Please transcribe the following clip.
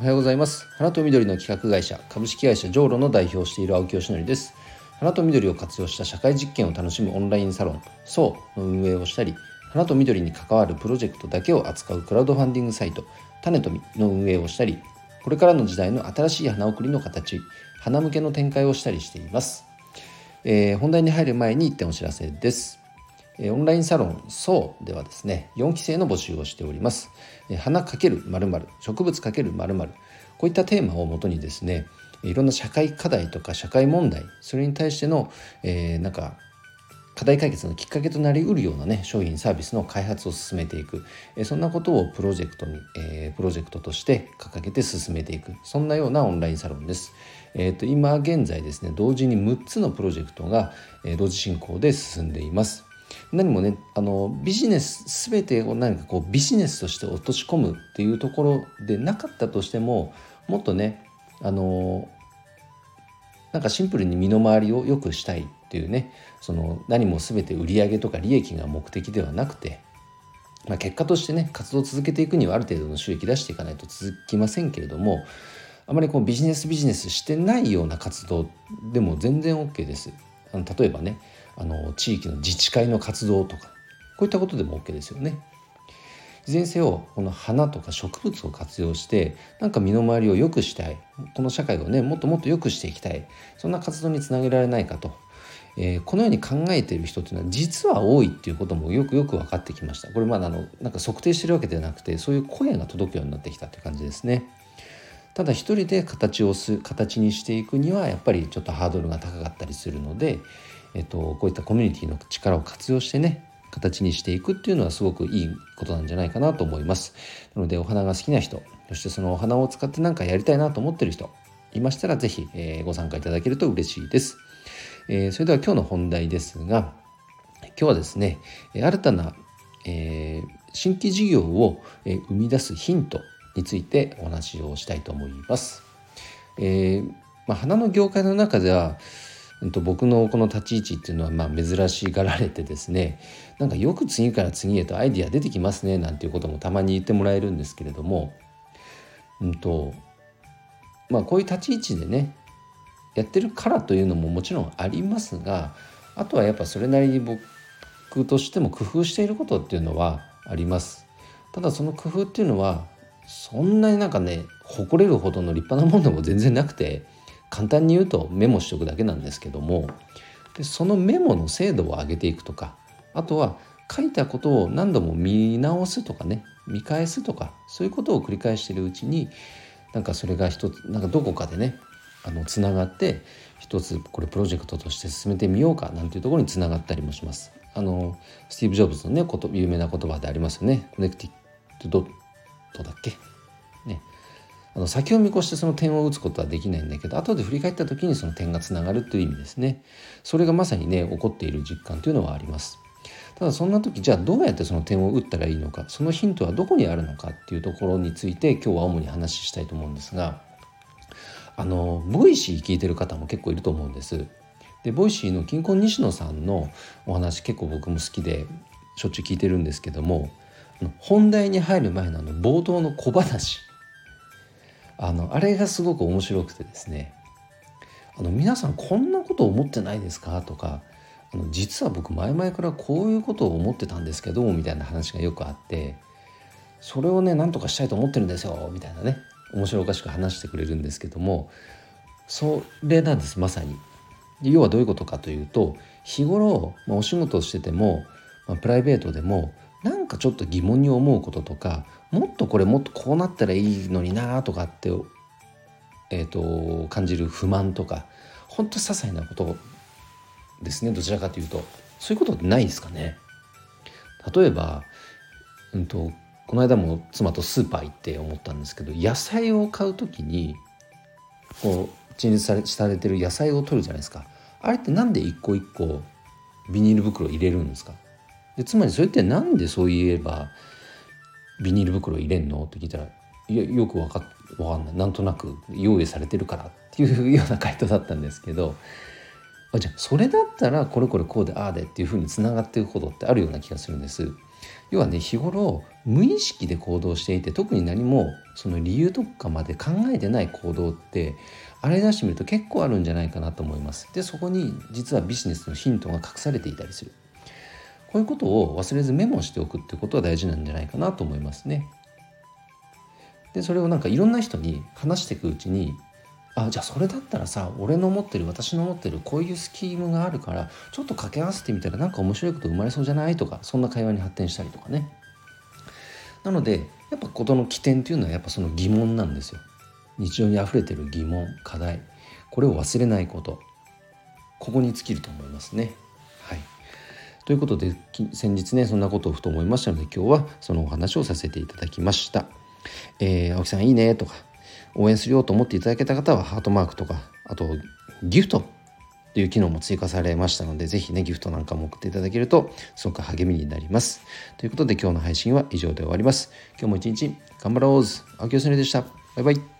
ようございます。花と緑の企画会社株式会社ジョーロの代表をしている青木よしのりです。花と緑を活用した社会実験を楽しむオンラインサロン SOU の運営をしたり、花と緑に関わるプロジェクトだけを扱うクラウドファンディングサイト種とみの運営をしたり、これからの時代の新しい花送りの形、花向けの展開をしたりしています。本題に入る前に1点お知らせです。オンラインサロン SOU ではですね、4期生の募集をしております。花×○○、植物×○○、こういったテーマをもとにですね、いろんな社会課題とか社会問題、それに対しての、課題解決のきっかけとなりうるようなね、商品サービスの開発を進めていく、そんなことをプロジェクトとして掲げて進めていく、そんなようなオンラインサロンです。今現在ですね、同時に6つのプロジェクトが、同時進行で進んでいます。何もね、ビジネス全てをビジネスとして落とし込むっていうところでなかったとしても、もっとね、シンプルに身の回りを良くしたいっていうね、何も全て売上とか利益が目的ではなくて、結果としてね、活動を続けていくにはある程度の収益出していかないと続きませんけれども、あまりビジネスしてないような活動でも全然 OK です。例えばね、地域の自治会の活動とか、こういったことでも OK ですよね。いずれにせよ、この花とか植物を活用して身の回りを良くしたい、この社会をね、もっともっと良くしていきたい、そんな活動につなげられないかと、このように考えている人っていうのは実は多いっていうこともよく分かってきました。これまだ測定してるわけではなくて、そういう声が届くようになってきたって感じですね。ただ一人で形にしていくにはやっぱりちょっとハードルが高かったりするので、こういったコミュニティの力を活用してね、形にしていくっていうのはすごくいいことなんじゃないかなと思います。なので、お花が好きな人、そしてそのお花を使ってやりたいなと思っている人いましたら、ぜひ、ご参加いただけると嬉しいです。それでは今日の本題ですが、今日はですね、新たな、新規事業を、生み出すヒントについてお話をしたいと思います。花の業界の中では僕のこの立ち位置っていうのは珍しがられてですね、よく次から次へとアイディア出てきますねなんていうこともたまに言ってもらえるんですけれども、こういう立ち位置でねやってるからというのももちろんありますが、あとはやっぱそれなりに僕としても工夫していることっていうのはあります。ただその工夫っていうのはそんなに誇れるほどの立派なものでも全然なくて、簡単に言うとメモしておくだけなんですけども、でそのメモの精度を上げていくとか、あとは書いたことを何度も見直すとかね、見返すとか、そういうことを繰り返しているうちにそれが一つどこかでねつながって、一つこれプロジェクトとして進めてみようかなんていうところにつながったりもします。スティーブ・ジョブズのね有名な言葉でありますよね。コネクティッドドットだっけね。先を見越してその点を打つことはできないんだけど、後で振り返った時にその点がつながるという意味ですね。それがまさにね起こっている実感というのはあります。ただそんな時、じゃあどうやってその点を打ったらいいのか、そのヒントはどこにあるのかっていうところについて今日は主に話したいと思うんですが、ボイシー聞いてる方も結構いると思うんです。でボイシーの金婚西野さんのお話、結構僕も好きでしょっちゅう聞いてるんですけども、本題に入る前の冒頭の小話、あれがすごく面白くてですね、皆さんこんなこと思ってないですかとか、実は僕前々からこういうことを思ってたんですけどみたいな話がよくあって、それをねなんとかしたいと思ってるんですよみたいなね、面白おかしく話してくれるんですけども、それなんです。まさに要はどういうことかというと、日頃、お仕事をしてても、プライベートでもちょっと疑問に思うこととか、もっとこうなったらいいのになとかって、感じる不満とか、本当些細なことですね。どちらかというとそういうことってないですかね。例えば、この間も妻とスーパー行って思ったんですけど、野菜を買うときに陳列されてる野菜を取るじゃないですか。あれってなんで一個一個ビニール袋入れるんですか。でつまりそれってなんでそう言えばビニール袋入れんのって聞いたら、いやよくわかんない、なんとなく用意されてるからっていうような回答だったんですけど、 じゃあそれだったらこれこれこうでああでっていう風につながっていくことってあるような気がするんです。要はね、日頃無意識で行動していて、特に何もその理由とかまで考えてない行動って洗い出してみると結構あるんじゃないかなと思います。でそこに実はビジネスのヒントが隠されていたりする。こういうことを忘れずメモしておくってことは大事なんじゃないかなと思いますね。でそれをなんかいろんな人に話していくうちに、じゃあそれだったらさ、私の持ってるこういうスキームがあるからちょっと掛け合わせてみたらなんか面白いこと生まれそうじゃないとか、そんな会話に発展したりとかね。なのでやっぱ事の起点というのはやっぱその疑問なんですよ。日常にあふれてる疑問、課題、これを忘れないこと、ここに尽きると思いますね。はい。ということで先日ねそんなことをふと思いましたので、今日はそのお話をさせていただきました。青木さんいいねとか応援するよと思っていただけた方はハートマークとか、あとギフトっていう機能も追加されましたので、ぜひねギフトなんかも送っていただけるとすごく励みになります。ということで今日の配信は以上で終わります。今日も一日頑張ろう。青木よしのりでした。バイバイ。